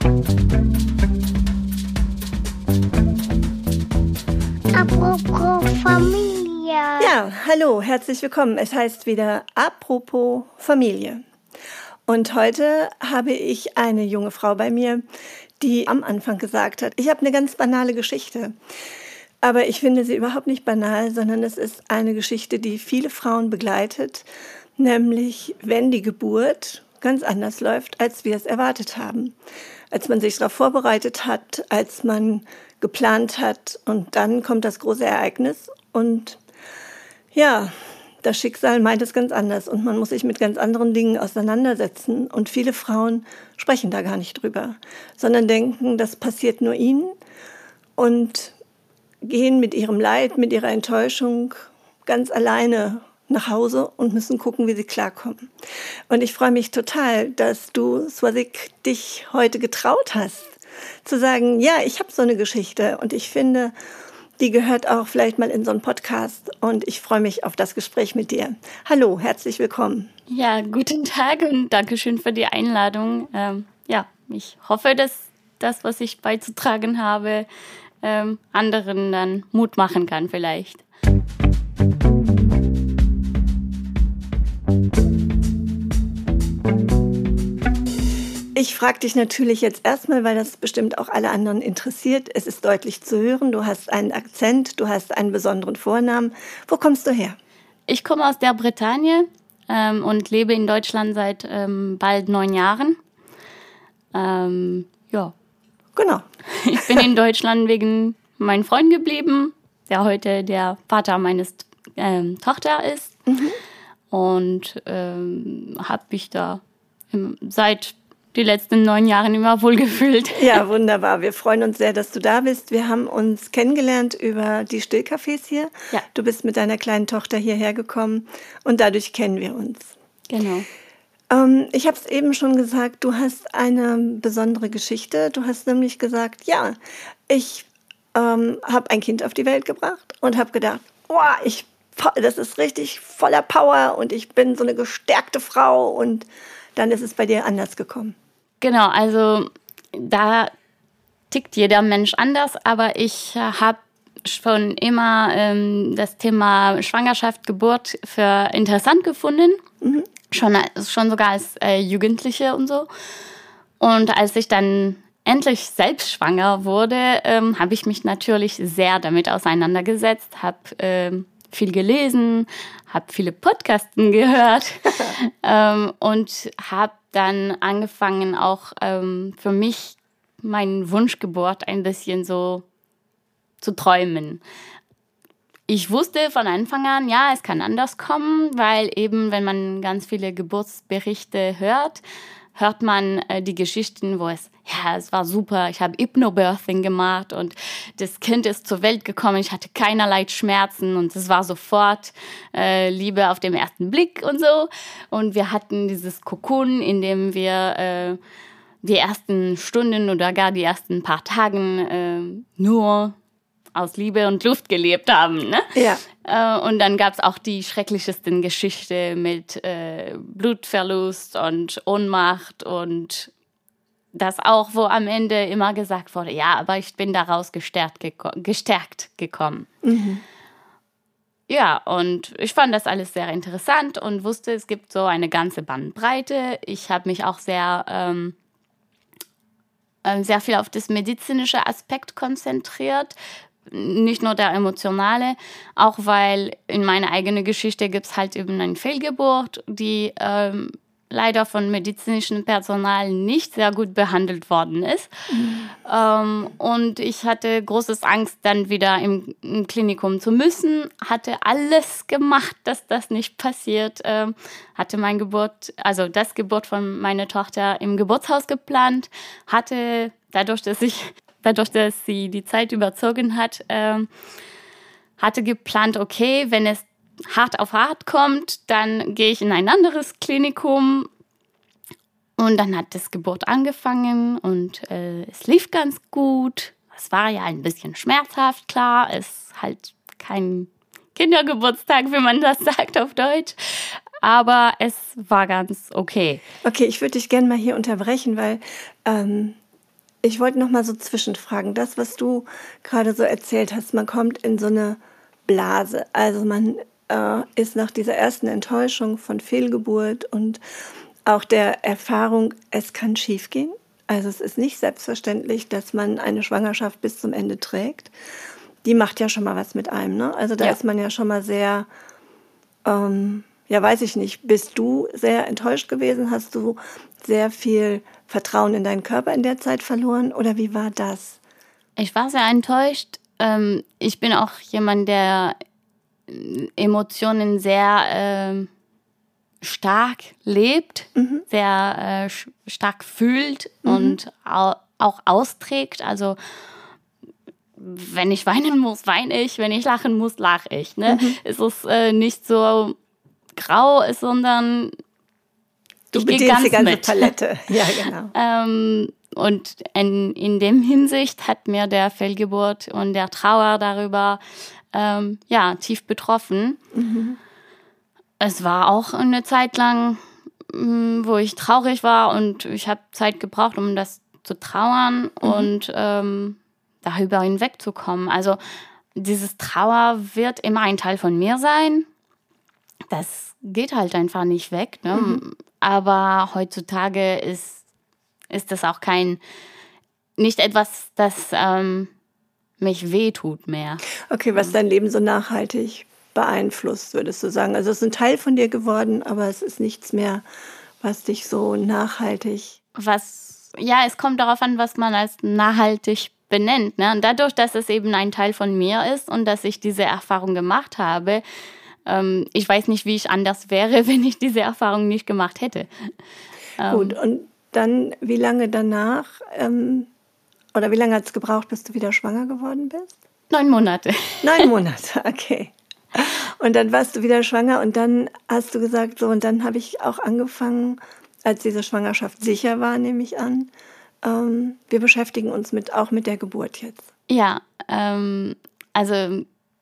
Apropos Familie. Ja, hallo, herzlich willkommen. Es heißt wieder Apropos Familie. Und heute habe ich eine junge Frau bei mir, die am Anfang gesagt hat, ich habe eine ganz banale Geschichte. Aber ich finde sie überhaupt nicht banal, sondern es ist eine Geschichte, die viele Frauen begleitet, nämlich wenn die Geburt ganz anders läuft, als wir es erwartet haben. Als man sich darauf vorbereitet hat, als man geplant hat und dann kommt das große Ereignis und ja, das Schicksal meint es ganz anders und man muss sich mit ganz anderen Dingen auseinandersetzen und viele Frauen sprechen da gar nicht drüber, sondern denken, das passiert nur ihnen und gehen mit ihrem Leid, mit ihrer Enttäuschung ganz alleine nach Hause und müssen gucken, wie sie klarkommen. Und ich freue mich total, dass du, Swazik, dich heute getraut hast, zu sagen, ja, ich habe so eine Geschichte und ich finde, die gehört auch vielleicht mal in so einen Podcast und ich freue mich auf das Gespräch mit dir. Hallo, herzlich willkommen. Ja, guten Tag und Dankeschön für die Einladung. Ich hoffe, dass das, was ich beizutragen habe, anderen dann Mut machen kann vielleicht. Ich frage dich natürlich jetzt erstmal, weil das bestimmt auch alle anderen interessiert. Es ist deutlich zu hören, du hast einen Akzent, du hast einen besonderen Vornamen. Wo kommst du her? Ich komme aus der Bretagne und lebe in Deutschland seit bald 9 Jahren. Genau. Ich bin in Deutschland wegen meinem Freund geblieben, der heute der Vater meines Tochter ist. Mhm. Und habe mich da seit die letzten 9 Jahren immer wohlgefühlt. Ja, wunderbar. Wir freuen uns sehr, dass du da bist. Wir haben uns kennengelernt über die Stillcafés hier. Ja. Du bist mit deiner kleinen Tochter hierher gekommen und dadurch kennen wir uns. Genau. Ich habe es eben schon gesagt, du hast eine besondere Geschichte. Du hast nämlich gesagt, ja, ich habe ein Kind auf die Welt gebracht und habe gedacht, das ist richtig voller Power und ich bin so eine gestärkte Frau und dann ist es bei dir anders gekommen. Genau, also da tickt jeder Mensch anders, aber ich habe schon immer das Thema Schwangerschaft, Geburt für interessant gefunden, schon sogar als Jugendliche und so. Und als ich dann endlich selbst schwanger wurde, habe ich mich natürlich sehr damit auseinandergesetzt, habe viel gelesen, habe viele Podcasts gehört und habe dann angefangen, auch für mich meinen Wunschgeburt ein bisschen so zu träumen. Ich wusste von Anfang an, ja, es kann anders kommen, weil eben, wenn man ganz viele Geburtsberichte hört man die Geschichten, wo es war super, ich habe Hypnobirthing gemacht und das Kind ist zur Welt gekommen, ich hatte keinerlei Schmerzen und es war sofort Liebe auf den ersten Blick und so. Und wir hatten dieses Kokon, in dem wir die ersten Stunden oder gar die ersten paar Tagen nur aus Liebe und Luft gelebt haben. Ne? Ja. Und dann gab es auch die schrecklichsten Geschichten mit Blutverlust und Ohnmacht und das auch, wo am Ende immer gesagt wurde, ja, aber ich bin daraus gestärkt gekommen. Mhm. Ja, und ich fand das alles sehr interessant und wusste, es gibt so eine ganze Bandbreite. Ich habe mich auch sehr viel auf das medizinische Aspekt konzentriert, nicht nur der emotionale, auch weil in meiner eigenen Geschichte gibt es halt eben eine Fehlgeburt, die leider von medizinischem Personal nicht sehr gut behandelt worden ist. Mhm. Und ich hatte große Angst, dann wieder im Klinikum zu müssen, hatte alles gemacht, dass das nicht passiert, hatte das Geburt von meiner Tochter im Geburtshaus geplant, hatte dadurch, dass sie die Zeit überzogen hat, hatte geplant, okay, wenn es hart auf hart kommt, dann gehe ich in ein anderes Klinikum. Und dann hat das Geburt angefangen und es lief ganz gut. Es war ja ein bisschen schmerzhaft, klar. Es ist halt kein Kindergeburtstag, wie man das sagt auf Deutsch. Aber es war ganz okay. Okay, ich würde dich gerne mal hier unterbrechen, weil Ich wollte noch mal so zwischenfragen. Das, was du gerade so erzählt hast, man kommt in so eine Blase. Also man ist nach dieser ersten Enttäuschung von Fehlgeburt und auch der Erfahrung, es kann schiefgehen. Also es ist nicht selbstverständlich, dass man eine Schwangerschaft bis zum Ende trägt. Die macht ja schon mal was mit einem, ne? Also da ist man ja schon mal sehr, weiß ich nicht, bist du sehr enttäuscht gewesen? Hast du sehr viel Vertrauen in deinen Körper in der Zeit verloren? Oder wie war das? Ich war sehr enttäuscht. Ich bin auch jemand, der Emotionen sehr stark lebt, sehr stark fühlt und auch austrägt. Also wenn ich weinen muss, weine ich. Wenn ich lachen muss, lache ich. Ne? Es ist nicht so grau, sondern du ich gehe bedienst ganz die ganze mit. Palette. Ja, genau. Und in dem Hinsicht hat mir der Fehlgeburt und der Trauer darüber tief betroffen. Es war auch eine Zeit lang, wo ich traurig war und ich habe Zeit gebraucht, um das zu trauern und darüber hinwegzukommen. Also dieses Trauer wird immer ein Teil von mir sein. Das geht halt einfach nicht weg. Ne? Aber heutzutage ist das auch nicht etwas, das mich wehtut mehr. Okay, was dein Leben so nachhaltig beeinflusst, würdest du sagen? Also es ist ein Teil von dir geworden, aber es ist nichts mehr, was dich so nachhaltig... Es kommt darauf an, was man als nachhaltig benennt. Ne? Und dadurch, dass es eben ein Teil von mir ist und dass ich diese Erfahrung gemacht habe, ich weiß nicht, wie ich anders wäre, wenn ich diese Erfahrung nicht gemacht hätte. Gut, und dann, wie lange danach, oder wie lange hat es gebraucht, bis du wieder schwanger geworden bist? 9 Monate. 9 Monate, okay. Und dann warst du wieder schwanger und dann hast du gesagt, so, und dann habe ich auch angefangen, als diese Schwangerschaft sicher war, nehme ich an, wir beschäftigen uns auch mit der Geburt jetzt. Ja, also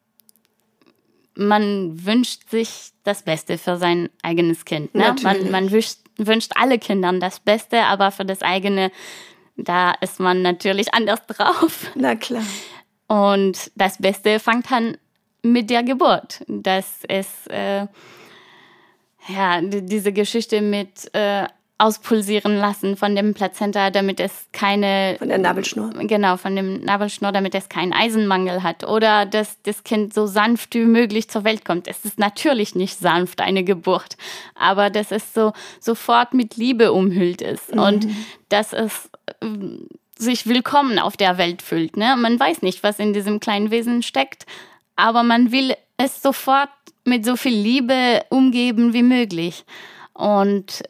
man wünscht sich das Beste für sein eigenes Kind. Ne? Man wünscht alle Kindern das Beste, aber für das eigene, da ist man natürlich anders drauf. Na klar. Und das Beste fängt dann mit der Geburt. Das ist diese Geschichte mit auspulsieren lassen von dem Plazenta, damit es keine... Von der Nabelschnur. Genau, von dem Nabelschnur, damit es keinen Eisenmangel hat. Oder dass das Kind so sanft wie möglich zur Welt kommt. Es ist natürlich nicht sanft, eine Geburt. Aber dass es so sofort mit Liebe umhüllt ist. Und dass es sich willkommen auf der Welt fühlt. Ne? Man weiß nicht, was in diesem kleinen Wesen steckt. Aber man will es sofort mit so viel Liebe umgeben wie möglich. Und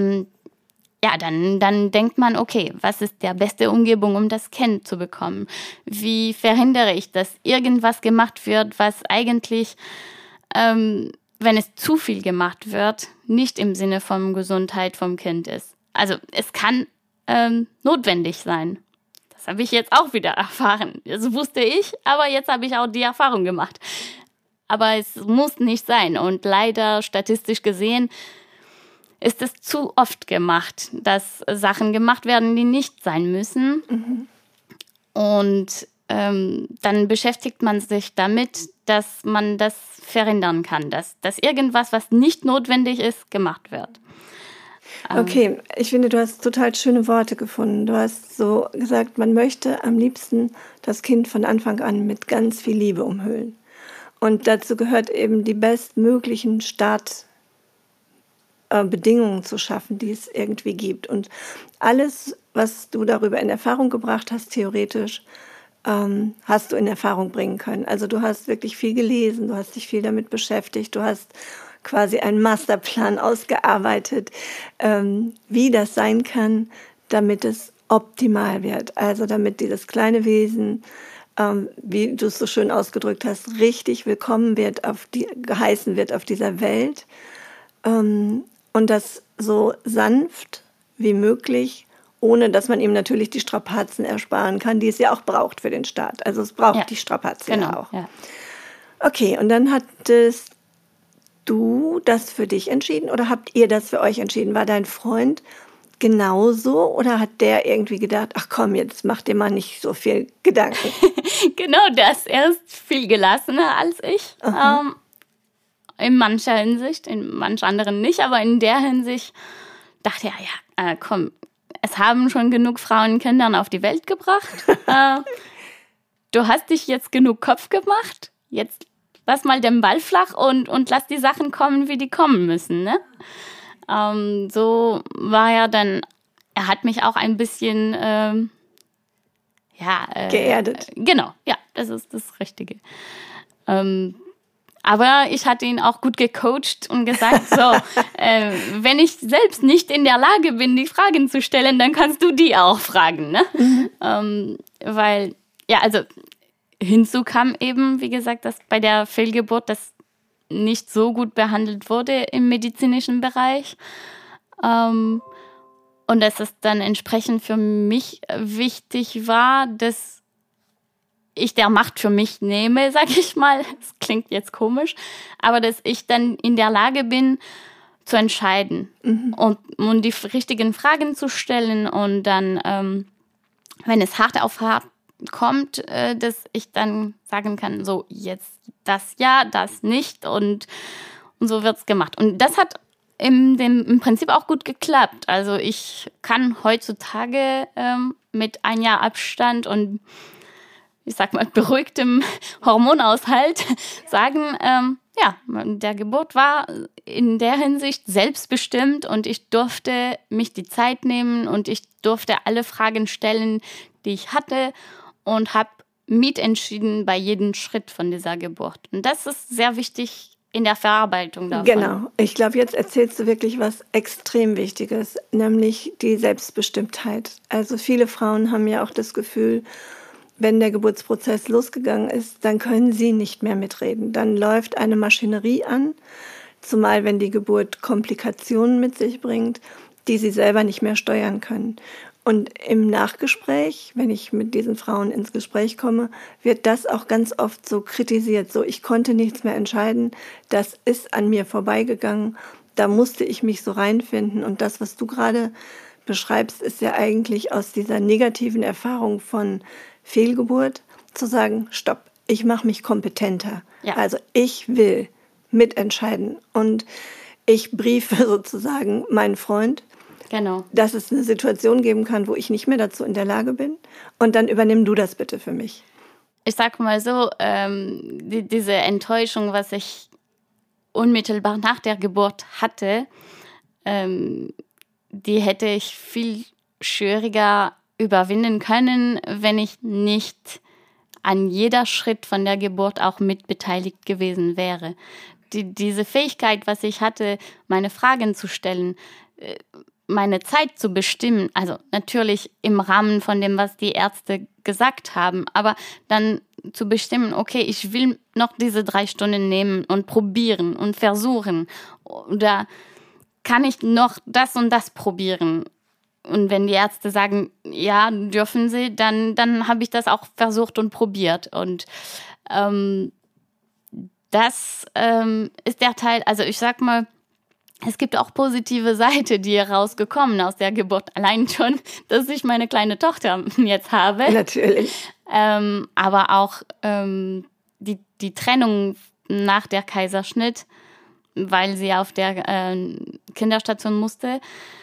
dann denkt man, okay, was ist die beste Umgebung, um das Kind zu bekommen? Wie verhindere ich, dass irgendwas gemacht wird, was eigentlich, wenn es zu viel gemacht wird, nicht im Sinne von Gesundheit vom Kind ist? Also es kann notwendig sein. Das habe ich jetzt auch wieder erfahren. Das wusste ich, aber jetzt habe ich auch die Erfahrung gemacht. Aber es muss nicht sein. Und leider, statistisch gesehen, ist es zu oft gemacht, dass Sachen gemacht werden, die nicht sein müssen. Und dann beschäftigt man sich damit, dass man das verhindern kann, dass irgendwas, was nicht notwendig ist, gemacht wird. Okay, ich finde, du hast total schöne Worte gefunden. Du hast so gesagt, man möchte am liebsten das Kind von Anfang an mit ganz viel Liebe umhüllen. Und dazu gehört eben die bestmöglichen Startbedingungen zu schaffen, die es irgendwie gibt. Und alles, was du darüber in Erfahrung gebracht hast, theoretisch, hast du in Erfahrung bringen können. Also du hast wirklich viel gelesen, du hast dich viel damit beschäftigt, du hast quasi einen Masterplan ausgearbeitet, wie das sein kann, damit es optimal wird. Also damit dieses kleine Wesen, wie du es so schön ausgedrückt hast, richtig willkommen wird, geheißen wird auf dieser Welt. Und das so sanft wie möglich, ohne dass man ihm natürlich die Strapazen ersparen kann, die es ja auch braucht für den Start. Also es braucht die Strapazen ja auch. Ja. Okay, und dann hattest du das für dich entschieden oder habt ihr das für euch entschieden? War dein Freund genauso oder hat der irgendwie gedacht, ach komm, jetzt mach dir mal nicht so viel Gedanken? Genau das. Er ist viel gelassener als ich. In mancher Hinsicht, in manch anderen nicht, aber in der Hinsicht dachte er, ja, komm, es haben schon genug Frauen Kindern auf die Welt gebracht. Du hast dich jetzt genug Kopf gemacht. Jetzt lass mal den Ball flach und lass die Sachen kommen, wie die kommen müssen. Ne? So war er dann, er hat mich auch ein bisschen geerdet. Genau, ja, das ist das Richtige. Aber ich hatte ihn auch gut gecoacht und gesagt, so, wenn ich selbst nicht in der Lage bin, die Fragen zu stellen, dann kannst du die auch fragen. Ne? Weil, ja, also hinzu kam eben, wie gesagt, dass bei der Fehlgeburt das nicht so gut behandelt wurde im medizinischen Bereich. Und dass es dann entsprechend für mich wichtig war, dass ich der Macht für mich nehme, sag ich mal. Das klingt jetzt komisch, aber dass ich dann in der Lage bin, zu entscheiden und die richtigen Fragen zu stellen und dann, wenn es hart auf hart kommt, dass ich dann sagen kann, so jetzt das ja, das nicht und so wird's gemacht. Und das hat im Prinzip auch gut geklappt. Also ich kann heutzutage mit 1 Jahr Abstand und ich sag mal, beruhigtem Hormonaushalt sagen, ja, der Geburt war in der Hinsicht selbstbestimmt und ich durfte mich die Zeit nehmen und ich durfte alle Fragen stellen, die ich hatte und habe mitentschieden bei jedem Schritt von dieser Geburt. Und das ist sehr wichtig in der Verarbeitung davon. Genau. Ich glaube, jetzt erzählst du wirklich was extrem Wichtiges, nämlich die Selbstbestimmtheit. Also viele Frauen haben ja auch das Gefühl, wenn der Geburtsprozess losgegangen ist, dann können sie nicht mehr mitreden. Dann läuft eine Maschinerie an, zumal wenn die Geburt Komplikationen mit sich bringt, die sie selber nicht mehr steuern können. Und im Nachgespräch, wenn ich mit diesen Frauen ins Gespräch komme, wird das auch ganz oft so kritisiert. So, ich konnte nichts mehr entscheiden, das ist an mir vorbeigegangen, da musste ich mich so reinfinden. Und das, was du gerade beschreibst, ist ja eigentlich aus dieser negativen Erfahrung von Fehlgeburt zu sagen, stopp, ich mache mich kompetenter. Ja. Also ich will mitentscheiden und ich briefe sozusagen meinen Freund, genau, dass es eine Situation geben kann, wo ich nicht mehr dazu in der Lage bin und dann übernimm du das bitte für mich. Ich sag mal so, diese Enttäuschung, was ich unmittelbar nach der Geburt hatte, die hätte ich viel schwieriger überwinden können, wenn ich nicht an jeder Schritt von der Geburt auch mitbeteiligt gewesen wäre. Diese Fähigkeit, was ich hatte, meine Fragen zu stellen, meine Zeit zu bestimmen, also natürlich im Rahmen von dem, was die Ärzte gesagt haben, aber dann zu bestimmen, okay, ich will noch diese 3 Stunden nehmen und probieren und versuchen oder kann ich noch das und das probieren? Und wenn die Ärzte sagen, ja, dürfen sie, dann habe ich das auch versucht und probiert. Und das ist der Teil, also ich sag mal, es gibt auch positive Seiten, die herausgekommen aus der Geburt. Allein schon, dass ich meine kleine Tochter jetzt habe. Natürlich. Aber auch die Trennung nach der Kaiserschnitt, weil sie auf der Kinderstation musste.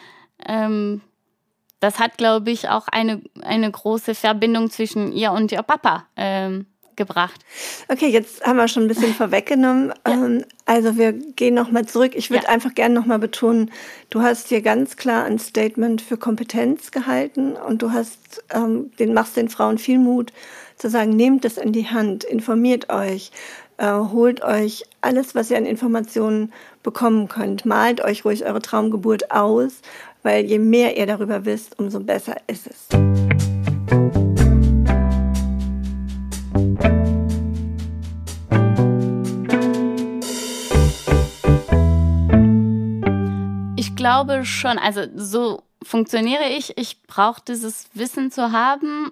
Das hat, glaube ich, auch eine große Verbindung zwischen ihr und ihr Papa gebracht. Okay, jetzt haben wir schon ein bisschen vorweggenommen. Ja. Also wir gehen nochmal zurück. Ich würde einfach gerne nochmal betonen, du hast hier ganz klar ein Statement für Kompetenz gehalten und du hast, machst den Frauen viel Mut zu sagen, nehmt es in die Hand, informiert euch, holt euch alles, was ihr an Informationen bekommen könnt. Malt euch ruhig eure Traumgeburt aus, weil je mehr ihr darüber wisst, umso besser ist es. Ich glaube schon, also so funktioniere ich. Ich brauche dieses Wissen zu haben,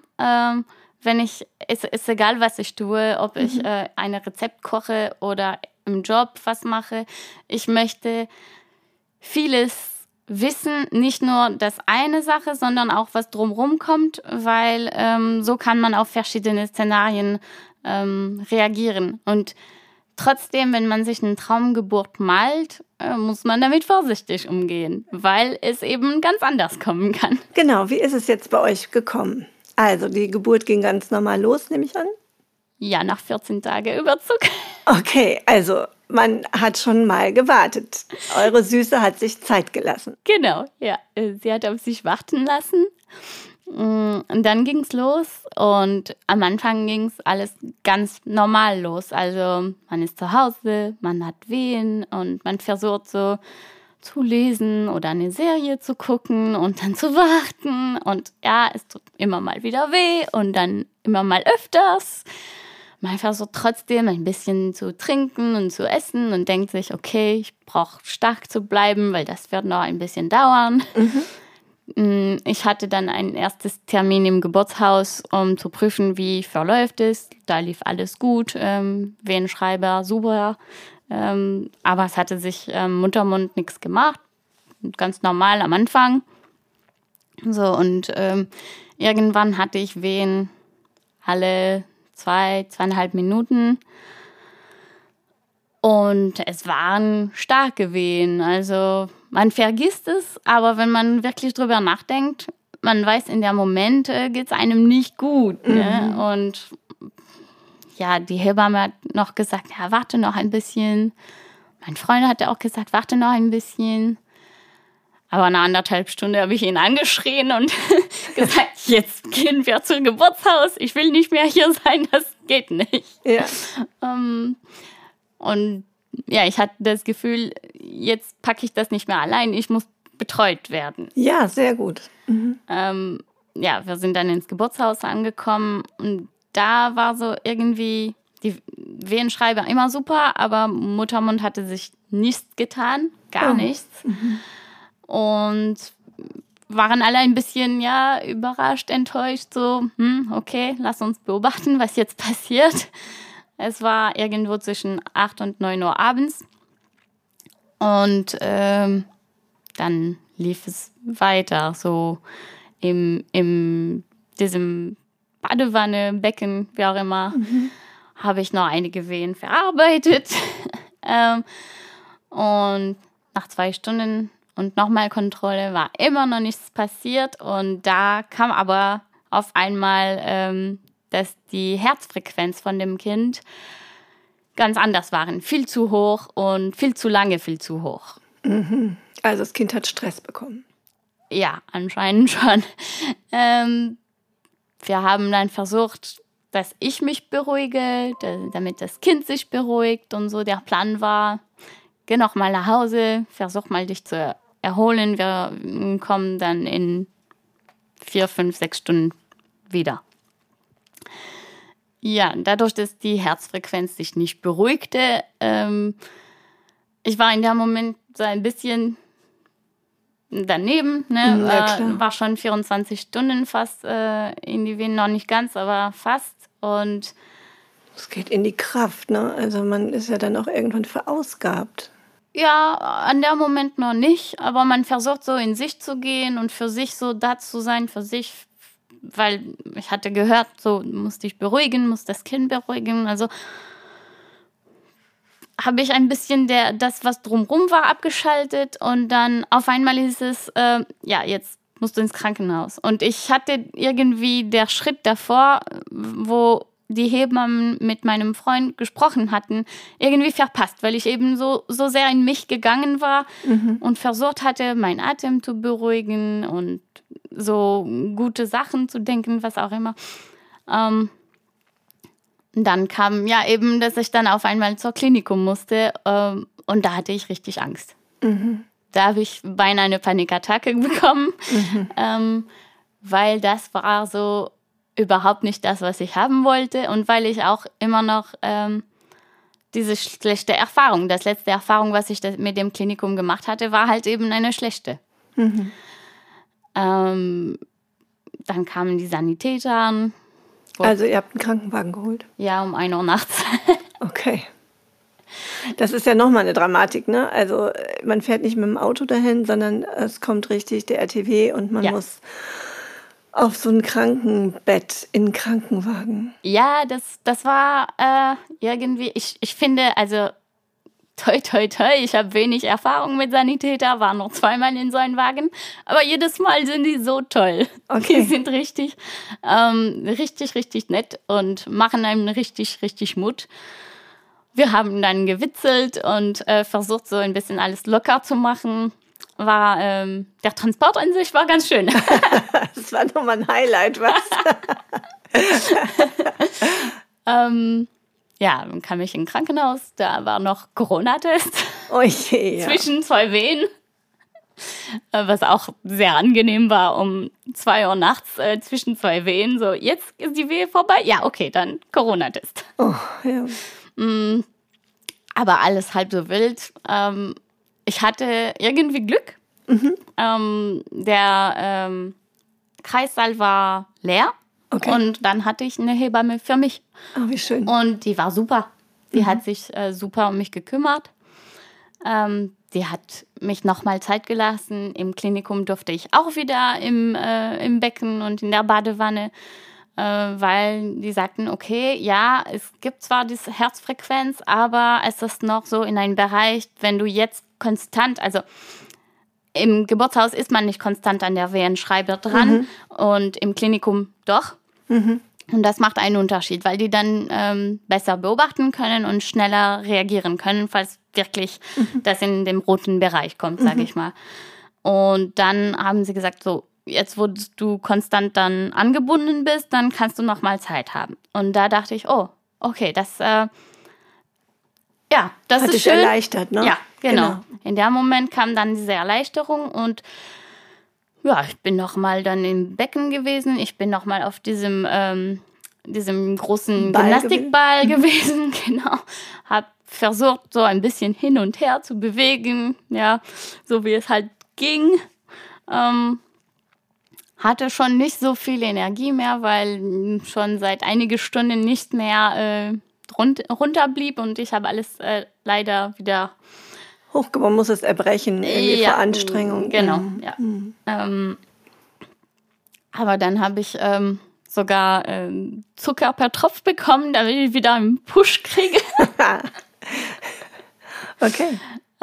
ist egal, was ich tue, ob ich ein Rezept koche oder im Job was mache. Ich möchte vieles wissen nicht nur das eine Sache, sondern auch, was drumherum kommt, weil so kann man auf verschiedene Szenarien reagieren. Und trotzdem, wenn man sich eine Traumgeburt malt, muss man damit vorsichtig umgehen, weil es eben ganz anders kommen kann. Genau, wie ist es jetzt bei euch gekommen? Also, die Geburt ging ganz normal los, nehme ich an? Ja, nach 14 Tagen Überzug. Okay, also man hat schon mal gewartet. Eure Süße hat sich Zeit gelassen. Genau, ja. Sie hat auf sich warten lassen. Und dann ging es los und am Anfang ging es alles ganz normal los. Also man ist zu Hause, man hat Wehen und man versucht so zu lesen oder eine Serie zu gucken und dann zu warten. Und ja, es tut immer mal wieder weh und dann immer mal öfters. Man versucht trotzdem ein bisschen zu trinken und zu essen und denkt sich, okay, ich brauche stark zu bleiben, weil das wird noch ein bisschen dauern. Ich hatte dann ein erstes Termin im Geburtshaus, um zu prüfen, wie verläuft es. Da lief alles gut, Wehenschreiber super, aber es hatte sich Muttermund nichts gemacht, ganz normal am Anfang. So, und irgendwann hatte ich Wehen alle 2,5 Minuten. Und es waren starke Wehen. Also man vergisst es, aber wenn man wirklich drüber nachdenkt, man weiß, in der Moment geht es einem nicht gut. Ne? Und ja, die Hebamme hat noch gesagt, ja, warte noch ein bisschen. Mein Freund hatte auch gesagt, warte noch ein bisschen. Aber nach 1,5 Stunden habe ich ihn angeschrien und gesagt, jetzt gehen wir zum Geburtshaus. Ich will nicht mehr hier sein, das geht nicht. Ja. Und ja, ich hatte das Gefühl, jetzt packe ich das nicht mehr allein, ich muss betreut werden. Ja, sehr gut. Ja, wir sind dann ins Geburtshaus angekommen und da war so irgendwie, die Wehenschreiber immer super, aber Muttermund hatte sich nichts getan, gar nichts. Und waren alle ein bisschen, ja, überrascht, enttäuscht, so, okay, lass uns beobachten, was jetzt passiert. Es war irgendwo zwischen 8 und 9 Uhr abends und dann lief es weiter, so in diesem Badewanne, Becken, wie auch immer, habe ich noch einige Wehen verarbeitet. Und nach 2 Stunden und nochmal Kontrolle war immer noch nichts passiert. Und da kam aber auf einmal, dass die Herzfrequenz von dem Kind ganz anders war. Viel zu hoch und viel zu lange viel zu hoch. Also das Kind hat Stress bekommen. Ja, anscheinend schon. Wir haben dann versucht, dass ich mich beruhige, damit das Kind sich beruhigt und so. Der Plan war, geh noch mal nach Hause, versuch mal dich zu erholen. Wir kommen dann in 4, 5, 6 Stunden wieder. Ja, dadurch, dass die Herzfrequenz sich nicht beruhigte, ich war in dem Moment so ein bisschen daneben, ne? War schon 24 Stunden fast in die Venen, noch nicht ganz, aber fast. Und es geht in die Kraft, ne? Also man ist ja dann auch irgendwann verausgabt. ja, an dem Moment noch nicht, aber man versucht so in sich zu gehen und für sich so da zu sein, für sich, weil ich hatte gehört, so, du musst dich beruhigen, musst das Kind beruhigen, also habe ich ein bisschen das, was drumherum war, abgeschaltet und dann auf einmal hieß es, ja, jetzt musst du ins Krankenhaus. Und ich hatte irgendwie der Schritt davor, wo die Hebammen mit meinem Freund gesprochen hatten, irgendwie verpasst, weil ich eben so sehr in mich gegangen war und versucht hatte, meinen Atem zu beruhigen und so gute Sachen zu denken, was auch immer. Dann kam ja eben, dass ich dann auf einmal zur Klinikum musste und da hatte ich richtig Angst. Da habe ich beinahe eine Panikattacke bekommen, weil das war so überhaupt nicht das, was ich haben wollte und weil ich auch immer noch diese schlechte Erfahrung, das letzte Erfahrung, was ich mit dem Klinikum gemacht hatte, war halt eben eine schlechte. Dann kamen die Sanitäter an. Also ihr habt einen Krankenwagen geholt? Ja, um 1 Uhr nachts. Okay. Das ist ja nochmal eine Dramatik, ne? Also man fährt nicht mit dem Auto dahin, sondern es kommt richtig der RTW und man muss auf so ein Krankenbett in einen Krankenwagen. Ja, das war irgendwie, ich finde, also toi, toi, toi, ich habe wenig Erfahrung mit Sanitäter, war noch zweimal in so einem Wagen, aber jedes Mal sind die so toll. Okay. Die sind richtig, richtig nett und machen einem richtig, richtig Mut. Wir haben dann gewitzelt und versucht, so ein bisschen alles locker zu machen. Der Transport an sich war ganz schön. Das war nochmal ein Highlight, was? Ja, dann kam ich in ein Krankenhaus, da war noch Corona-Test Oh je, ja. zwischen 2 Wehen, was auch sehr angenehm war, um 2 Uhr nachts zwischen 2 Wehen, so jetzt ist die Wehe vorbei, ja okay, dann Corona-Test. Oh, ja. Aber alles halb so wild. Ich hatte irgendwie Glück. Der Kreissaal war leer. Okay. Und dann hatte ich eine Hebamme für mich. Oh, wie schön. Und die war super. Die hat sich super um mich gekümmert. Die hat mich nochmal Zeit gelassen. Im Klinikum durfte ich auch wieder im Becken und in der Badewanne, weil die sagten, okay, ja, es gibt zwar diese Herzfrequenz, aber es ist noch so in einem Bereich, wenn du jetzt konstant, also im Geburtshaus ist man nicht konstant an der Wehenschreiber dran und im Klinikum doch. Und das macht einen Unterschied, weil die dann besser beobachten können und schneller reagieren können, falls wirklich das in den roten Bereich kommt, sage ich mal. Und dann haben sie gesagt, so, jetzt wo du konstant dann angebunden bist, dann kannst du noch mal Zeit haben. Und da dachte ich, oh, okay, das Hat ist dich schön. erleichtert, ne? Ja, genau. In dem Moment kam dann diese Erleichterung und ja, ich bin noch mal dann im Becken gewesen. Ich bin noch mal auf diesem großen Gymnastikball gewesen. Genau. Hab versucht, so ein bisschen hin und her zu bewegen, ja, so wie es halt ging. Hatte schon nicht so viel Energie mehr, weil schon seit einigen Stunden nicht mehr runter blieb und ich habe alles leider wieder Man muss es erbrechen, irgendwie vor Anstrengung. Genau, ja. Aber dann habe ich sogar Zucker per Tropf bekommen, damit ich wieder einen Push kriege. Okay.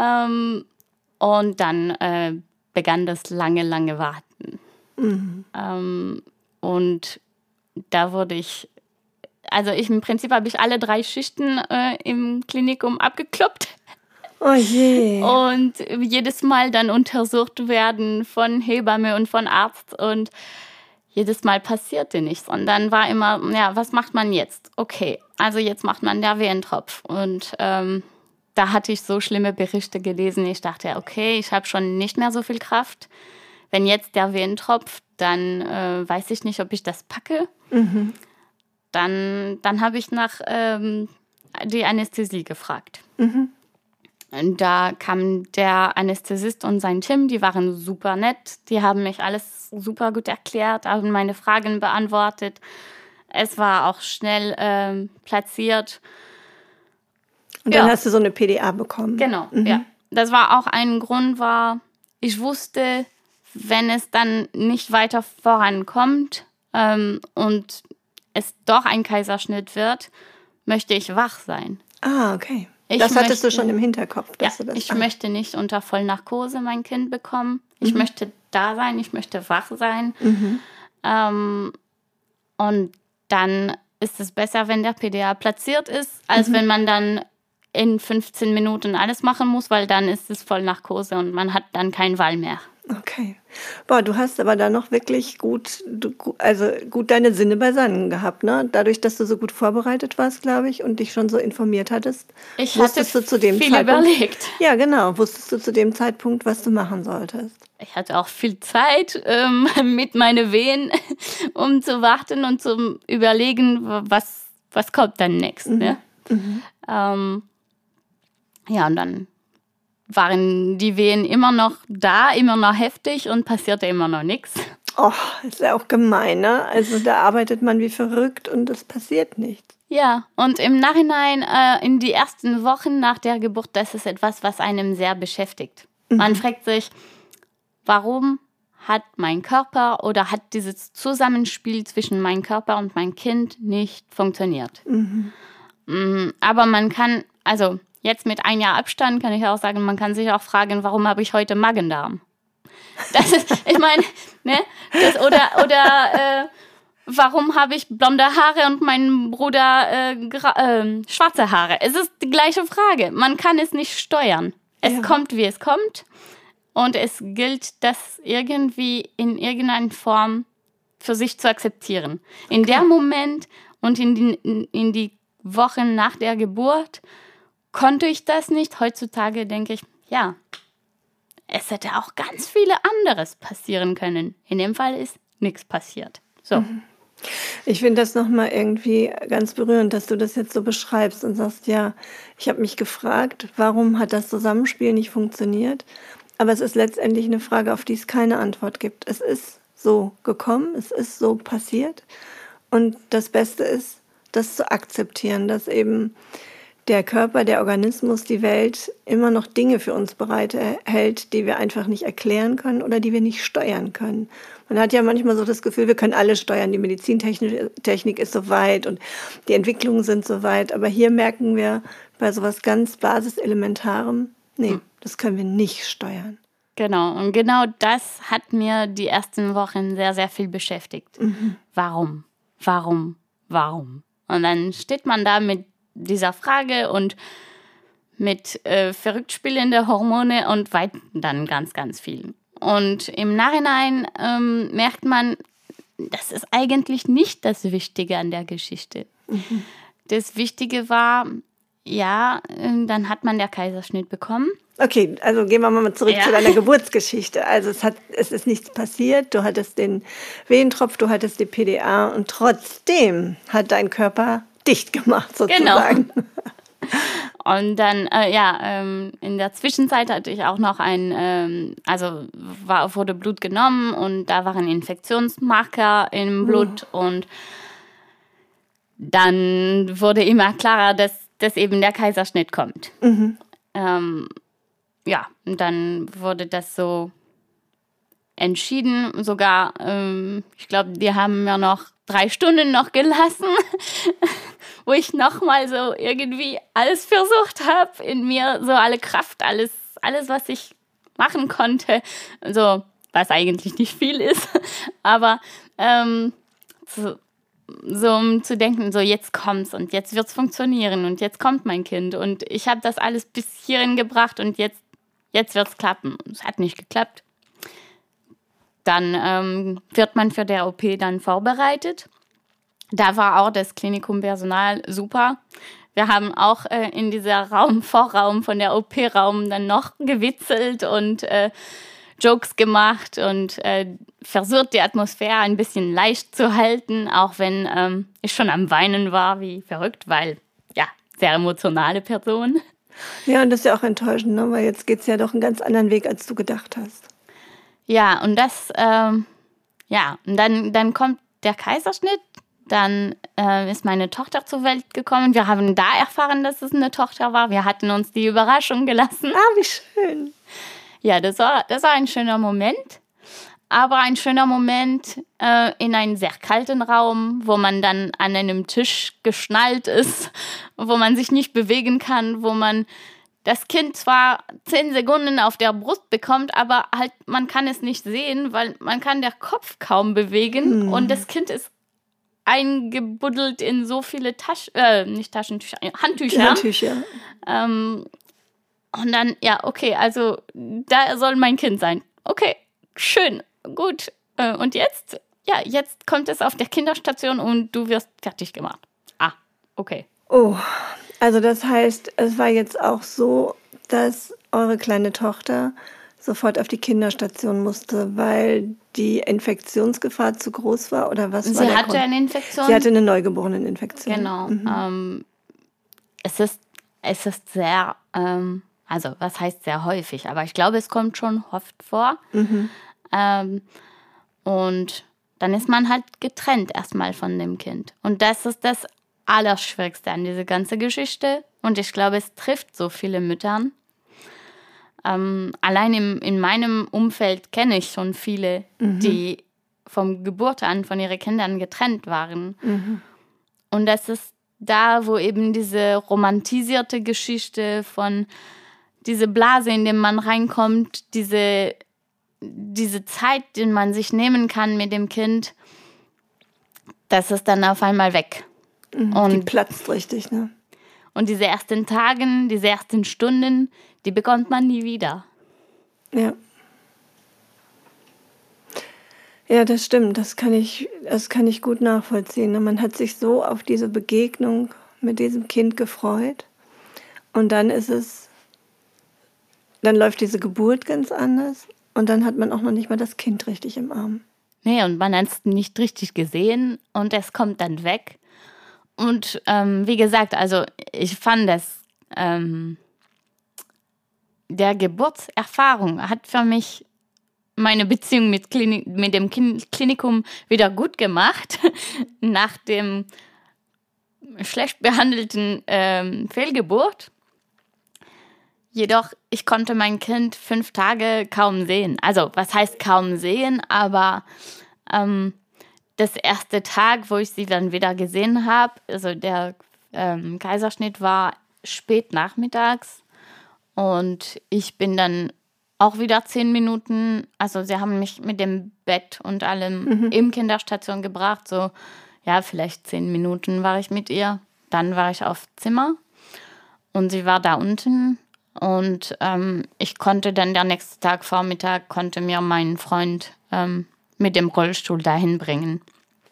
Und dann begann das lange Warten. Und da wurde im Prinzip habe ich alle 3 Schichten im Klinikum abgekloppt. Oh je. Und jedes Mal dann untersucht werden von Hebamme und von Arzt und jedes Mal passierte nichts. Und dann war immer, ja, was macht man jetzt? Okay, also jetzt macht man der Wehentropf. Und da hatte ich so schlimme Berichte gelesen. Ich dachte, okay, ich habe schon nicht mehr so viel Kraft. Wenn jetzt der Wehentropf, dann weiß ich nicht, ob ich das packe. Dann habe ich nach die Anästhesie gefragt. Und da kam der Anästhesist und sein Team, die waren super nett. Die haben mich alles super gut erklärt, haben meine Fragen beantwortet. Es war auch schnell platziert. Und dann hast du so eine PDA bekommen. Genau, ja. Das war auch ein Grund, ich wusste, wenn es dann nicht weiter vorankommt und es doch ein Kaiserschnitt wird, möchte ich wach sein. Ah, okay. Das hattest du schon im Hinterkopf. Dass du das ich möchte nicht unter Vollnarkose mein Kind bekommen. Ich möchte da sein, ich möchte wach sein. Und dann ist es besser, wenn der PDA platziert ist, als wenn man dann in 15 Minuten alles machen muss, weil dann ist es Vollnarkose und man hat dann keine Wahl mehr. Okay. Boah, du hast aber da noch wirklich gut deine Sinne beisammen gehabt, ne? Dadurch, dass du so gut vorbereitet warst, glaube ich, und dich schon so informiert hattest. Ich hatte viel überlegt. Ja, genau. Wusstest du zu dem Zeitpunkt, was du machen solltest? Ich hatte auch viel Zeit mit meinen Wehen, um zu warten und zu überlegen, was kommt dann next. Ne? Ja, und dann waren die Wehen immer noch da, immer noch heftig und passierte immer noch nichts. Oh, ist ja auch gemein, ne? Also da arbeitet man wie verrückt und es passiert nichts. Ja, und im Nachhinein, in die ersten Wochen nach der Geburt, das ist etwas, was einem sehr beschäftigt. Man fragt sich, warum hat mein Körper oder hat dieses Zusammenspiel zwischen meinem Körper und meinem Kind nicht funktioniert. Aber man kann, also jetzt mit 1 Jahr Abstand kann ich auch sagen, man kann sich auch fragen, warum habe ich heute Magen-Darm? Das ist, ich meine, ne, das, oder warum habe ich blonde Haare und mein Bruder schwarze Haare? Es ist die gleiche Frage. Man kann es nicht steuern. Es kommt, wie es kommt. Und es gilt, das irgendwie in irgendeiner Form für sich zu akzeptieren. In dem Moment und in die Wochen nach der Geburt konnte ich das nicht. Heutzutage denke ich, ja, es hätte auch ganz viele anderes passieren können. In dem Fall ist nichts passiert. So. Ich finde das nochmal irgendwie ganz berührend, dass du das jetzt so beschreibst und sagst, ja, ich habe mich gefragt, warum hat das Zusammenspiel nicht funktioniert? Aber es ist letztendlich eine Frage, auf die es keine Antwort gibt. Es ist so gekommen, es ist so passiert. Und das Beste ist, das zu akzeptieren, dass eben der Körper, der Organismus, die Welt immer noch Dinge für uns bereithält, die wir einfach nicht erklären können oder die wir nicht steuern können. Man hat ja manchmal so das Gefühl, wir können alles steuern. Die Medizintechnik ist so weit und die Entwicklungen sind so weit. Aber hier merken wir bei sowas ganz Basiselementarem, nee, das können wir nicht steuern. Genau, und genau das hat mir die ersten Wochen sehr, sehr viel beschäftigt. Warum? Und dann steht man da mit dieser Frage und mit verrückt spielenden Hormone und weit dann ganz, ganz viel. Und im Nachhinein merkt man, das ist eigentlich nicht das Wichtige an der Geschichte. Das Wichtige war, ja, dann hat man der Kaiserschnitt bekommen. Okay, also gehen wir mal zurück zu deiner Geburtsgeschichte. Also es ist nichts passiert, du hattest den Wehentropf, du hattest die PDA und trotzdem hat dein Körper dicht gemacht sozusagen. Genau. Und dann, in der Zwischenzeit hatte ich auch noch wurde Blut genommen und da waren Infektionsmarker im Blut und dann wurde immer klarer, dass eben der Kaiserschnitt kommt. Und dann wurde das so entschieden. Sogar, ich glaube, die haben mir noch 3 Stunden noch gelassen, wo ich nochmal so irgendwie alles versucht habe, in mir so alle Kraft, alles, was ich machen konnte. So, was eigentlich nicht viel ist, aber so um zu denken, so jetzt kommt's und jetzt wird's funktionieren und jetzt kommt mein Kind und ich habe das alles bis hierhin gebracht und jetzt wird's klappen. Es hat nicht geklappt. Dann wird man für der OP dann vorbereitet. Da war auch das Klinikumpersonal super. Wir haben auch in dieser Vorraum von der OP-Raum dann noch gewitzelt und Jokes gemacht und versucht, die Atmosphäre ein bisschen leicht zu halten, auch wenn ich schon am Weinen war, wie verrückt, weil, ja, sehr emotionale Person. Ja, und das ist ja auch enttäuschend, ne? Weil jetzt geht es ja doch einen ganz anderen Weg, als du gedacht hast. Ja, und das, und dann kommt der Kaiserschnitt, dann ist meine Tochter zur Welt gekommen. Wir haben da erfahren, dass es eine Tochter war. Wir hatten uns die Überraschung gelassen. Ah, wie schön. Ja, das war ein schöner Moment. Aber ein schöner Moment in einem sehr kalten Raum, wo man dann an einem Tisch geschnallt ist, wo man sich nicht bewegen kann, wo man das Kind zwar 10 Sekunden auf der Brust bekommt, aber halt man kann es nicht sehen, weil man kann den Kopf kaum bewegen und das Kind ist eingebuddelt in so viele Handtücher. Und dann, ja, okay, also da soll mein Kind sein. Okay, schön, gut. Und jetzt? Ja, jetzt kommt es auf der Kinderstation und du wirst fertig gemacht. Ah, okay. Oh, also das heißt, es war jetzt auch so, dass eure kleine Tochter sofort auf die Kinderstation musste, weil die Infektionsgefahr zu groß war oder was war der Grund? Sie hatte eine Infektion. Sie hatte eine Neugeboreneninfektion. Genau. Es ist sehr, also was heißt sehr häufig, aber ich glaube, es kommt schon oft vor. Und Und dann ist man halt getrennt erstmal von dem Kind. Und das ist das Allerschwierigste an dieser ganzen Geschichte. Und ich glaube, es trifft so viele Mütter. Allein in meinem Umfeld kenne ich schon viele, die vom Geburt an von ihren Kindern getrennt waren. Und das ist da, wo eben diese romantisierte Geschichte von diese Blase, in der man reinkommt, diese Zeit, die man sich nehmen kann mit dem Kind, das ist dann auf einmal weg. Und die platzt richtig, ne? Und diese ersten Tage, diese ersten Stunden, die bekommt man nie wieder. Ja. Ja, das stimmt. Das kann ich gut nachvollziehen. Man hat sich so auf diese Begegnung mit diesem Kind gefreut. Und dann läuft diese Geburt ganz anders. Und dann hat man auch noch nicht mal das Kind richtig im Arm. Nee, und man hat es nicht richtig gesehen und es kommt dann weg. Und wie gesagt, also ich fand das, der Geburtserfahrung hat für mich meine Beziehung mit dem Klinikum wieder gut gemacht, nach dem schlecht behandelten Fehlgeburt. Jedoch, ich konnte mein Kind 5 Tage kaum sehen. Also, was heißt kaum sehen, aber das erste Tag, wo ich sie dann wieder gesehen habe, also der Kaiserschnitt war spät nachmittags und ich bin dann auch wieder 10 Minuten, also sie haben mich mit dem Bett und allem im Kinderstation gebracht, so ja, vielleicht 10 Minuten war ich mit ihr, dann war ich auf Zimmer und sie war da unten und ich konnte dann der nächste Tag Vormittag, konnte mir mein Freund mit dem Rollstuhl dahin bringen.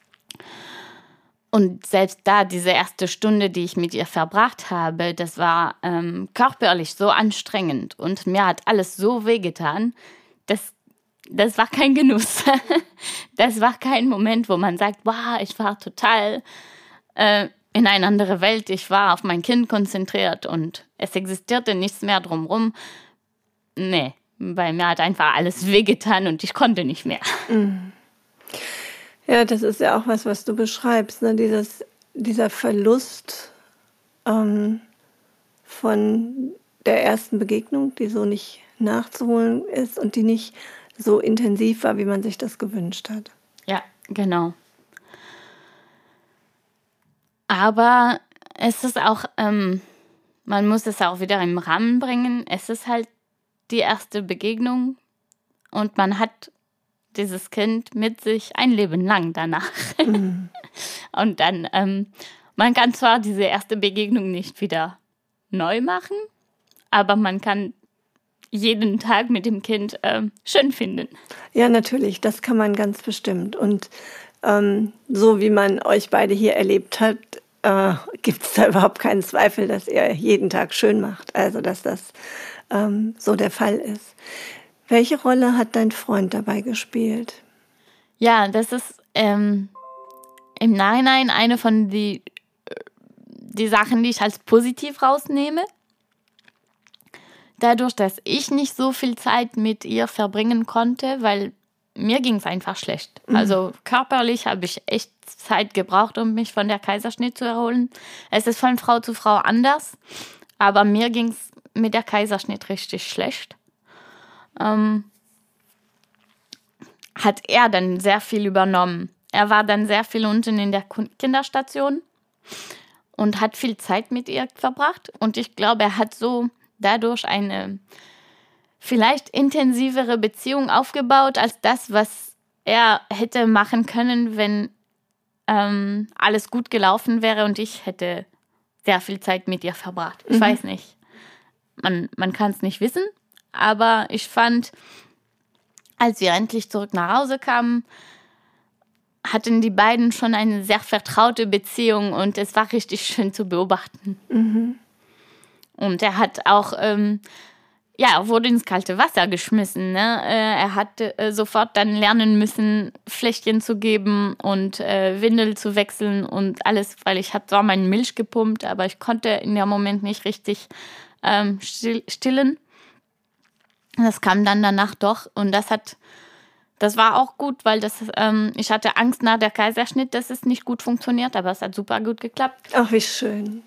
Und selbst da, diese erste Stunde, die ich mit ihr verbracht habe, das war körperlich so anstrengend und mir hat alles so wehgetan, das war kein Genuss. Das war kein Moment, wo man sagt, wow, ich war total in eine andere Welt, ich war auf mein Kind konzentriert und es existierte nichts mehr drumherum. Nee, bei mir hat einfach alles wehgetan und ich konnte nicht mehr. Ja, das ist ja auch was du beschreibst, ne? Dieser Verlust von der ersten Begegnung, die so nicht nachzuholen ist und die nicht so intensiv war, wie man sich das gewünscht hat. Ja, genau. Aber es ist auch, man muss es auch wieder im Rahmen bringen. Es ist halt die erste Begegnung und man hat dieses Kind mit sich ein Leben lang danach. Und dann, man kann zwar diese erste Begegnung nicht wieder neu machen, aber man kann jeden Tag mit dem Kind schön finden. Ja, natürlich, das kann man ganz bestimmt. Und so wie man euch beide hier erlebt hat, gibt es da überhaupt keinen Zweifel, dass ihr jeden Tag schön macht. Also, dass das so der Fall ist. Welche Rolle hat dein Freund dabei gespielt? Ja, das ist im Nachhinein eine von die Sachen, die ich als positiv rausnehme. Dadurch, dass ich nicht so viel Zeit mit ihr verbringen konnte, weil mir ging es einfach schlecht. Also körperlich habe ich echt Zeit gebraucht, um mich von der Kaiserschnitt zu erholen. Es ist von Frau zu Frau anders, aber mir ging es mit der Kaiserschnitt richtig schlecht. Hat er dann sehr viel übernommen. Er war dann sehr viel unten in der Kinderstation und hat viel Zeit mit ihr verbracht. Und ich glaube, er hat so dadurch eine vielleicht intensivere Beziehung aufgebaut als das, was er hätte machen können, wenn alles gut gelaufen wäre und ich hätte sehr viel Zeit mit ihr verbracht. Ich weiß nicht. Man kann es nicht wissen, aber ich fand, als wir endlich zurück nach Hause kamen, hatten die beiden schon eine sehr vertraute Beziehung und es war richtig schön zu beobachten. Und er hat auch, er wurde ins kalte Wasser geschmissen. Ne? Er hat sofort dann lernen müssen, Fläschchen zu geben und Windel zu wechseln und alles, weil ich habe zwar meine Milch gepumpt, aber ich konnte in dem Moment nicht richtig stillen. Das kam dann danach doch und das hat Das war auch gut, weil ich hatte Angst nach der Kaiserschnitt, dass es nicht gut funktioniert, aber es hat super gut geklappt. Ach, wie schön.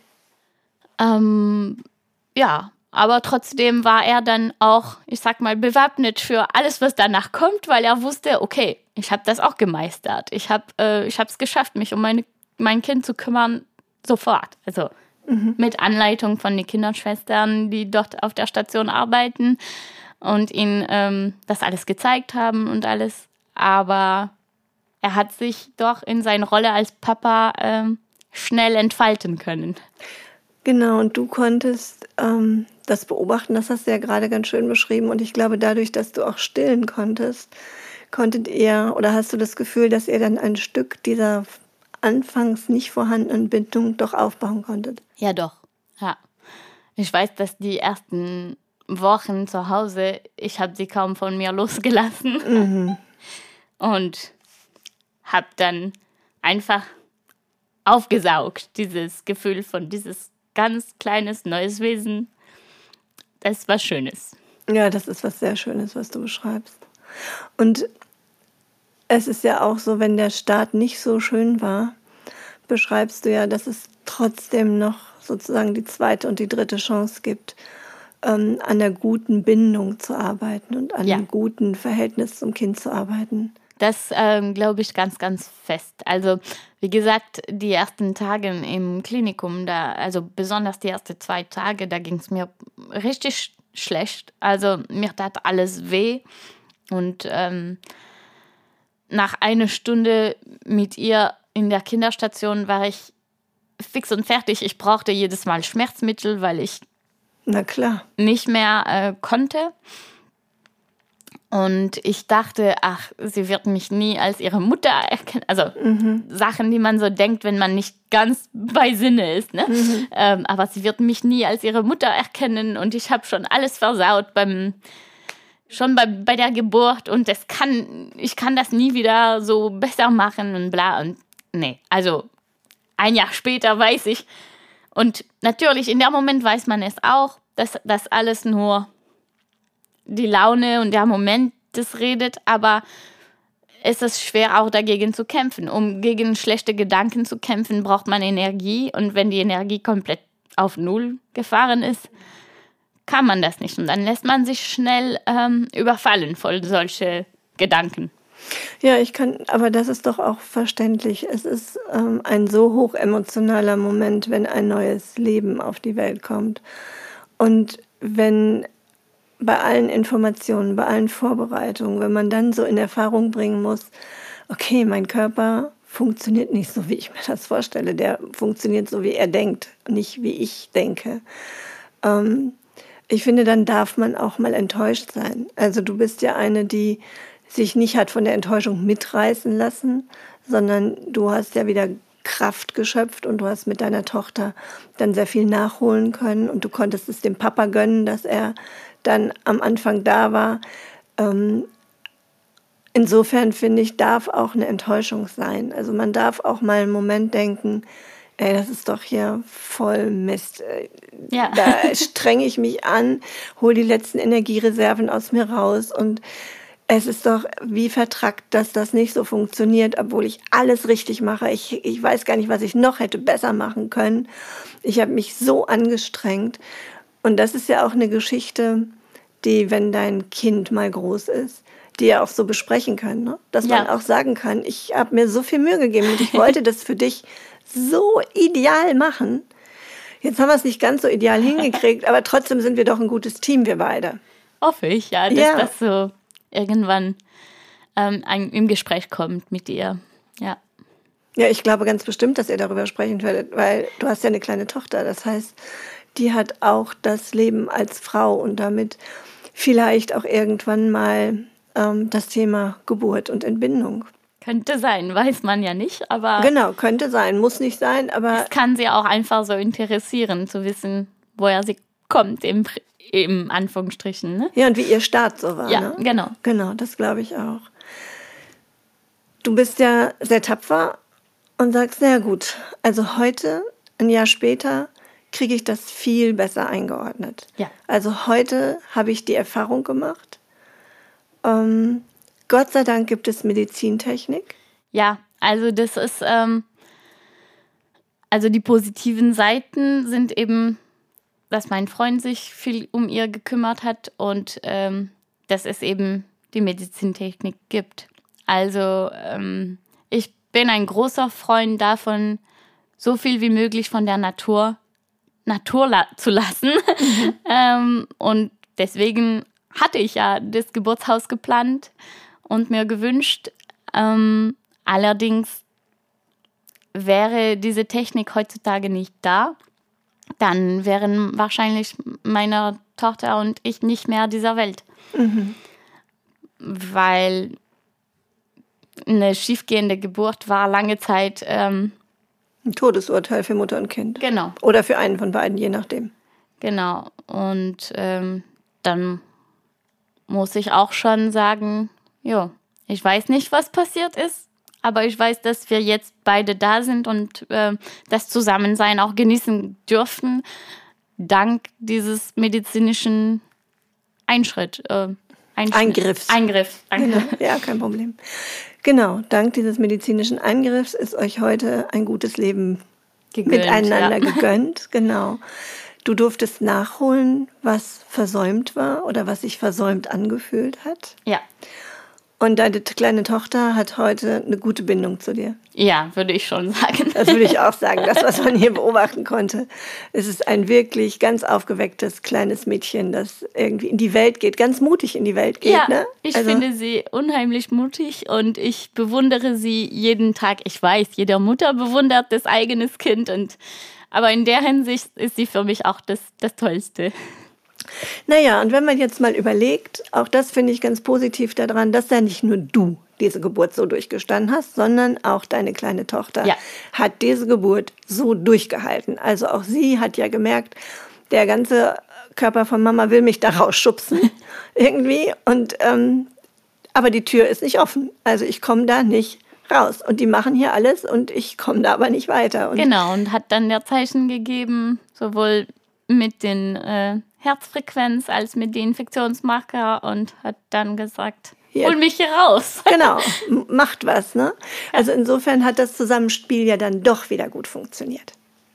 Ja, aber trotzdem war er dann auch, ich sag mal, bewappnet für alles, was danach kommt, weil er wusste, okay, ich habe das auch gemeistert. Ich habe es geschafft, mich um mein Kind zu kümmern, sofort. Also mit Anleitung von den Kinderschwestern, die dort auf der Station arbeiten und ihm das alles gezeigt haben und alles. Aber er hat sich doch in seiner Rolle als Papa schnell entfalten können. Genau, und du konntest das beobachten, das hast du ja gerade ganz schön beschrieben. Und ich glaube, dadurch, dass du auch stillen konntest, konntet ihr, oder hast du das Gefühl, dass ihr dann ein Stück dieser anfangs nicht vorhandenen Bindung doch aufbauen konntet? Ja, doch. Ja. Ich weiß, dass die ersten Wochen zu Hause, ich habe sie kaum von mir losgelassen. Und habe dann einfach aufgesaugt, dieses Gefühl von dieses ganz kleines, neues Wesen. Das ist was Schönes. Ja, das ist was sehr Schönes, was du beschreibst. Und es ist ja auch so, wenn der Start nicht so schön war, beschreibst du ja, dass es trotzdem noch sozusagen die zweite und die dritte Chance gibt, an der guten Bindung zu arbeiten und an einem guten Verhältnis zum Kind zu arbeiten. Das glaube ich ganz, ganz fest. Also wie gesagt, die ersten Tage im Klinikum, also besonders die ersten 2 Tage, da ging es mir richtig schlecht. Also mir tat alles weh. Und nach einer Stunde mit ihr in der Kinderstation war ich fix und fertig. Ich brauchte jedes Mal Schmerzmittel, weil ich nicht mehr konnte. Und ich dachte, ach, sie wird mich nie als ihre Mutter erkennen. Also Sachen, die man so denkt, wenn man nicht ganz bei Sinne ist. Ne? Aber sie wird mich nie als ihre Mutter erkennen. Und ich habe schon alles versaut bei der Geburt. Und ich kann das nie wieder so besser machen und bla. Und nee, also 1 Jahr später weiß ich. Und natürlich, in dem Moment weiß man es auch, dass das alles nur die Laune und der Moment das redet, aber es ist schwer auch dagegen zu kämpfen. Um gegen schlechte Gedanken zu kämpfen, braucht man Energie und wenn die Energie komplett auf Null gefahren ist, kann man das nicht und dann lässt man sich schnell überfallen von solche Gedanken. Ja, aber das ist doch auch verständlich. Es ist ein so hochemotionaler Moment, wenn ein neues Leben auf die Welt kommt und wenn bei allen Informationen, bei allen Vorbereitungen, wenn man dann so in Erfahrung bringen muss, okay, mein Körper funktioniert nicht so, wie ich mir das vorstelle. Der funktioniert so, wie er denkt, nicht wie ich denke. Ich finde, dann darf man auch mal enttäuscht sein. Also du bist ja eine, die sich nicht hat von der Enttäuschung mitreißen lassen, sondern du hast ja wieder Kraft geschöpft und du hast mit deiner Tochter dann sehr viel nachholen können und du konntest es dem Papa gönnen, dass er dann am Anfang da war. Insofern finde ich, darf auch eine Enttäuschung sein. Also man darf auch mal einen Moment denken, ey, das ist doch hier voll Mist. Ja. Da strenge ich mich an, hole die letzten Energiereserven aus mir raus und es ist doch wie vertrackt, dass das nicht so funktioniert, obwohl ich alles richtig mache. Ich weiß gar nicht, was ich noch hätte besser machen können. Ich habe mich so angestrengt. Und das ist ja auch eine Geschichte, die, wenn dein Kind mal groß ist, die ja auch so besprechen kann. Ne? Dass man auch sagen kann, ich habe mir so viel Mühe gegeben und ich wollte das für dich so ideal machen. Jetzt haben wir es nicht ganz so ideal hingekriegt, aber trotzdem sind wir doch ein gutes Team, wir beide. Hoffe ich, ja, dass das so irgendwann im Gespräch kommt mit dir. Ja. Ja, ich glaube ganz bestimmt, dass ihr darüber sprechen werdet, weil du hast ja eine kleine Tochter. Das heißt, die hat auch das Leben als Frau und damit vielleicht auch irgendwann mal das Thema Geburt und Entbindung. Könnte sein, weiß man ja nicht, aber... Genau, könnte sein, muss nicht sein, aber... Es kann sie auch einfach so interessieren, zu wissen, woher sie kommt, im Anführungsstrichen. Ne? Ja, und wie ihr Start so war. Ja, ne? Genau. Genau, das glaube ich auch. Du bist ja sehr tapfer und sagst, na gut, also heute, ein Jahr später, kriege ich das viel besser eingeordnet. Ja. Also heute habe ich die Erfahrung gemacht, Gott sei Dank gibt es Medizintechnik. Ja, also das ist, also die positiven Seiten sind eben, dass mein Freund sich viel um ihr gekümmert hat und dass es eben die Medizintechnik gibt. Also ich bin ein großer Freund davon, so viel wie möglich von der Natur zu lassen. Und deswegen hatte ich ja das Geburtshaus geplant und mir gewünscht. Allerdings wäre diese Technik heutzutage nicht da, dann wären wahrscheinlich meine Tochter und ich nicht mehr dieser Welt. Weil eine schiefgehende Geburt war lange Zeit Ein Todesurteil für Mutter und Kind. genau. Oder für einen von beiden, je nachdem. Genau. Und dann muss ich auch schon sagen, ja, ich weiß nicht, was passiert ist, aber ich weiß, dass wir jetzt beide da sind und das Zusammensein auch genießen dürfen, dank dieses medizinischen Eingriffs. Danke. Ja, kein Problem. Genau, dank dieses medizinischen Eingriffs ist euch heute ein gutes Leben miteinander gegönnt. Genau. Du durftest nachholen, was versäumt war oder was sich versäumt angefühlt hat. Ja. Und deine kleine Tochter hat heute eine gute Bindung zu dir. Ja, würde ich schon sagen. Das würde ich auch sagen, das, was man hier beobachten konnte. Es ist ein wirklich ganz aufgewecktes kleines Mädchen, das irgendwie in die Welt geht, ganz mutig in die Welt geht. Ja, ne? ich finde sie unheimlich mutig und ich bewundere sie jeden Tag. Ich weiß, jede Mutter bewundert das eigene Kind, aber in der Hinsicht ist sie für mich auch das Tollste. Naja, und wenn man jetzt mal überlegt, auch das finde ich ganz positiv daran, dass ja nicht nur du diese Geburt so durchgestanden hast, sondern auch deine kleine Tochter hat diese Geburt so durchgehalten. Also auch sie hat ja gemerkt, der ganze Körper von Mama will mich da rausschubsen irgendwie. Und aber die Tür ist nicht offen. Also ich komme da nicht raus. Und die machen hier alles und ich komme da aber nicht weiter. Und genau, und hat dann der Zeichen gegeben, sowohl mit den Herzfrequenz als mit den Infektionsmarker und hat dann gesagt, hol mich hier raus. Genau, macht was, ne? Also insofern hat das Zusammenspiel ja dann doch wieder gut funktioniert.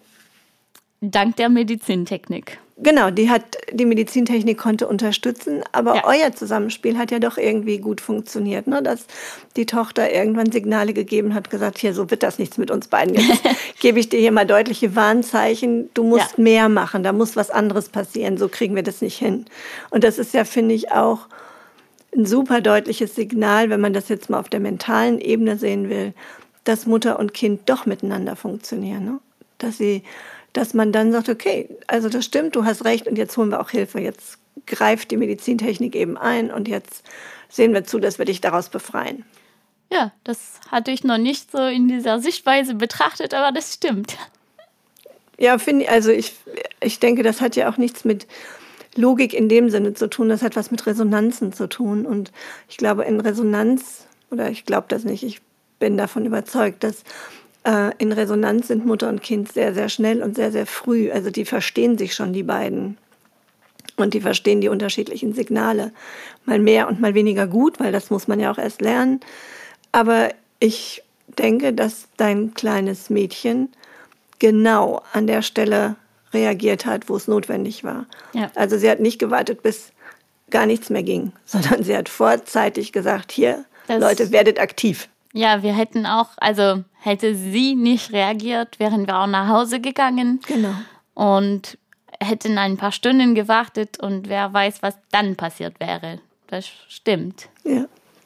Dank der Medizintechnik. Genau, die Medizintechnik konnte unterstützen, aber euer Zusammenspiel hat ja doch irgendwie gut funktioniert, ne? Dass die Tochter irgendwann Signale gegeben hat, gesagt, hier, so wird das nichts mit uns beiden. Jetzt gebe ich dir hier mal deutliche Warnzeichen, du musst mehr machen, da muss was anderes passieren, so kriegen wir das nicht hin. Und das ist ja, finde ich, auch ein super deutliches Signal, wenn man das jetzt mal auf der mentalen Ebene sehen will, dass Mutter und Kind doch miteinander funktionieren, ne? Dass man dann sagt, okay, also das stimmt, du hast recht und jetzt holen wir auch Hilfe. Jetzt greift die Medizintechnik eben ein und jetzt sehen wir zu, dass wir dich daraus befreien. Ja, das hatte ich noch nicht so in dieser Sichtweise betrachtet, aber das stimmt. Ja, ich denke, das hat ja auch nichts mit Logik in dem Sinne zu tun, das hat was mit Resonanzen zu tun. Und ich glaube, in Resonanz, oder ich glaube das nicht, ich bin davon überzeugt, dass in Resonanz sind Mutter und Kind sehr, sehr schnell und sehr, sehr früh. Also die verstehen sich schon, die beiden. Und die verstehen die unterschiedlichen Signale. Mal mehr und mal weniger gut, weil das muss man ja auch erst lernen. Aber ich denke, dass dein kleines Mädchen genau an der Stelle reagiert hat, wo es notwendig war. Ja. Also sie hat nicht gewartet, bis gar nichts mehr ging, sondern sie hat vorzeitig gesagt, hier, Leute, werdet aktiv. Ja, wir hätten auch, also hätte sie nicht reagiert, wären wir auch nach Hause gegangen. Genau. Und hätten ein paar Stunden gewartet und wer weiß, was dann passiert wäre. Das stimmt. Ja.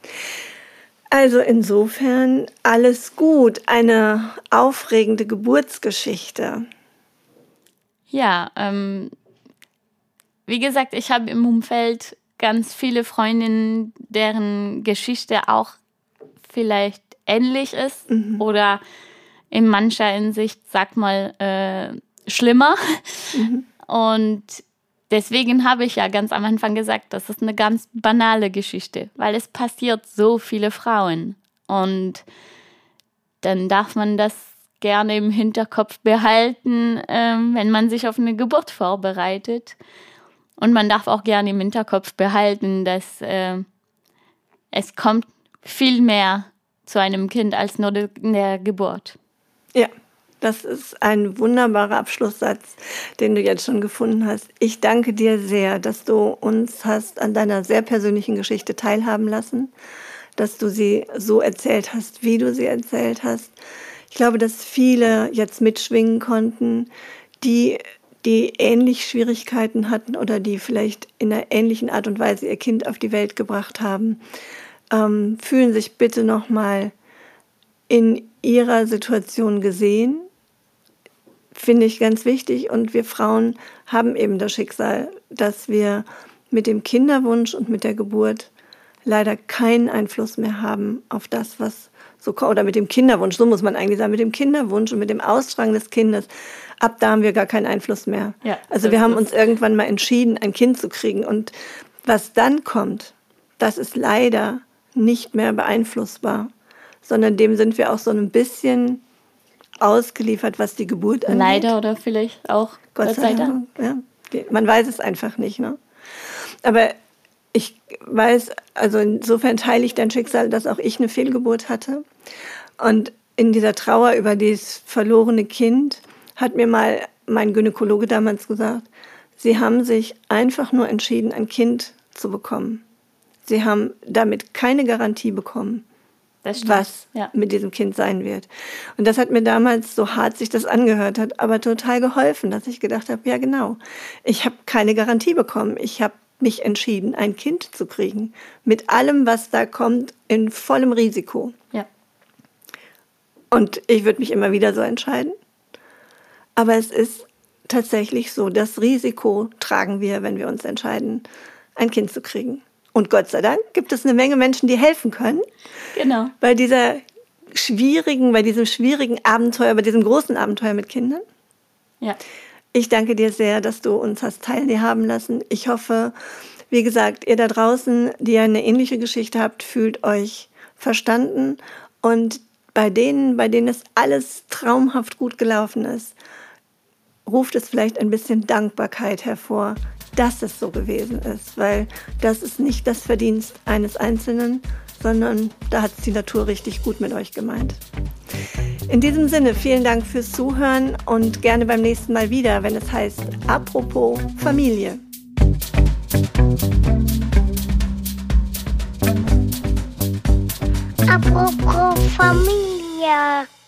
Also insofern alles gut. Eine aufregende Geburtsgeschichte. Ja, wie gesagt, ich habe im Umfeld ganz viele Freundinnen, deren Geschichte auch vielleicht ähnlich ist oder in mancher Hinsicht, sag mal, schlimmer. Und deswegen habe ich ja ganz am Anfang gesagt, das ist eine ganz banale Geschichte, weil es passiert so viele Frauen. Und dann darf man das gerne im Hinterkopf behalten, wenn man sich auf eine Geburt vorbereitet. Und man darf auch gerne im Hinterkopf behalten, dass es kommt viel mehr zu einem Kind als nur der Geburt. Ja, das ist ein wunderbarer Abschlusssatz, den du jetzt schon gefunden hast. Ich danke dir sehr, dass du uns hast an deiner sehr persönlichen Geschichte teilhaben lassen, dass du sie so erzählt hast, wie du sie erzählt hast. Ich glaube, dass viele jetzt mitschwingen konnten, die ähnlich Schwierigkeiten hatten oder die vielleicht in einer ähnlichen Art und Weise ihr Kind auf die Welt gebracht haben. Fühlen sich bitte nochmal in ihrer Situation gesehen, finde ich ganz wichtig. Und wir Frauen haben eben das Schicksal, dass wir mit dem Kinderwunsch und mit der Geburt leider keinen Einfluss mehr haben auf das, was so kommt. Oder mit dem Kinderwunsch, so muss man eigentlich sagen, mit dem Kinderwunsch und mit dem Austragen des Kindes. Ab da haben wir gar keinen Einfluss mehr. Ja, also wir haben uns irgendwann mal entschieden, ein Kind zu kriegen. Und was dann kommt, das ist leider nicht mehr beeinflussbar, sondern dem sind wir auch so ein bisschen ausgeliefert, was die Geburt angeht. Leider oder vielleicht auch Gott sei Dank. Ja, man weiß es einfach nicht. Ne? Aber ich weiß, also insofern teile ich dein Schicksal, dass auch ich eine Fehlgeburt hatte. Und in dieser Trauer über dieses verlorene Kind hat mir mal mein Gynäkologe damals gesagt, Sie haben sich einfach nur entschieden, ein Kind zu bekommen. Sie haben damit keine Garantie bekommen, was mit diesem Kind sein wird. Und das hat mir damals, so hart sich das angehört hat, aber total geholfen, dass ich gedacht habe, ja genau, ich habe keine Garantie bekommen. Ich habe mich entschieden, ein Kind zu kriegen. Mit allem, was da kommt, in vollem Risiko. Ja. Und ich würde mich immer wieder so entscheiden. Aber es ist tatsächlich so, das Risiko tragen wir, wenn wir uns entscheiden, ein Kind zu kriegen. Und Gott sei Dank gibt es eine Menge Menschen, die helfen können. Genau. Bei diesem schwierigen Abenteuer, bei diesem großen Abenteuer mit Kindern. Ja. Ich danke dir sehr, dass du uns hast teilhaben lassen. Ich hoffe, wie gesagt, ihr da draußen, die eine ähnliche Geschichte habt, fühlt euch verstanden. Und bei denen es alles traumhaft gut gelaufen ist, ruft es vielleicht ein bisschen Dankbarkeit hervor, dass es so gewesen ist, weil das ist nicht das Verdienst eines Einzelnen, sondern da hat es die Natur richtig gut mit euch gemeint. In diesem Sinne, vielen Dank fürs Zuhören und gerne beim nächsten Mal wieder, wenn es heißt Apropos Familie. Apropos Familie.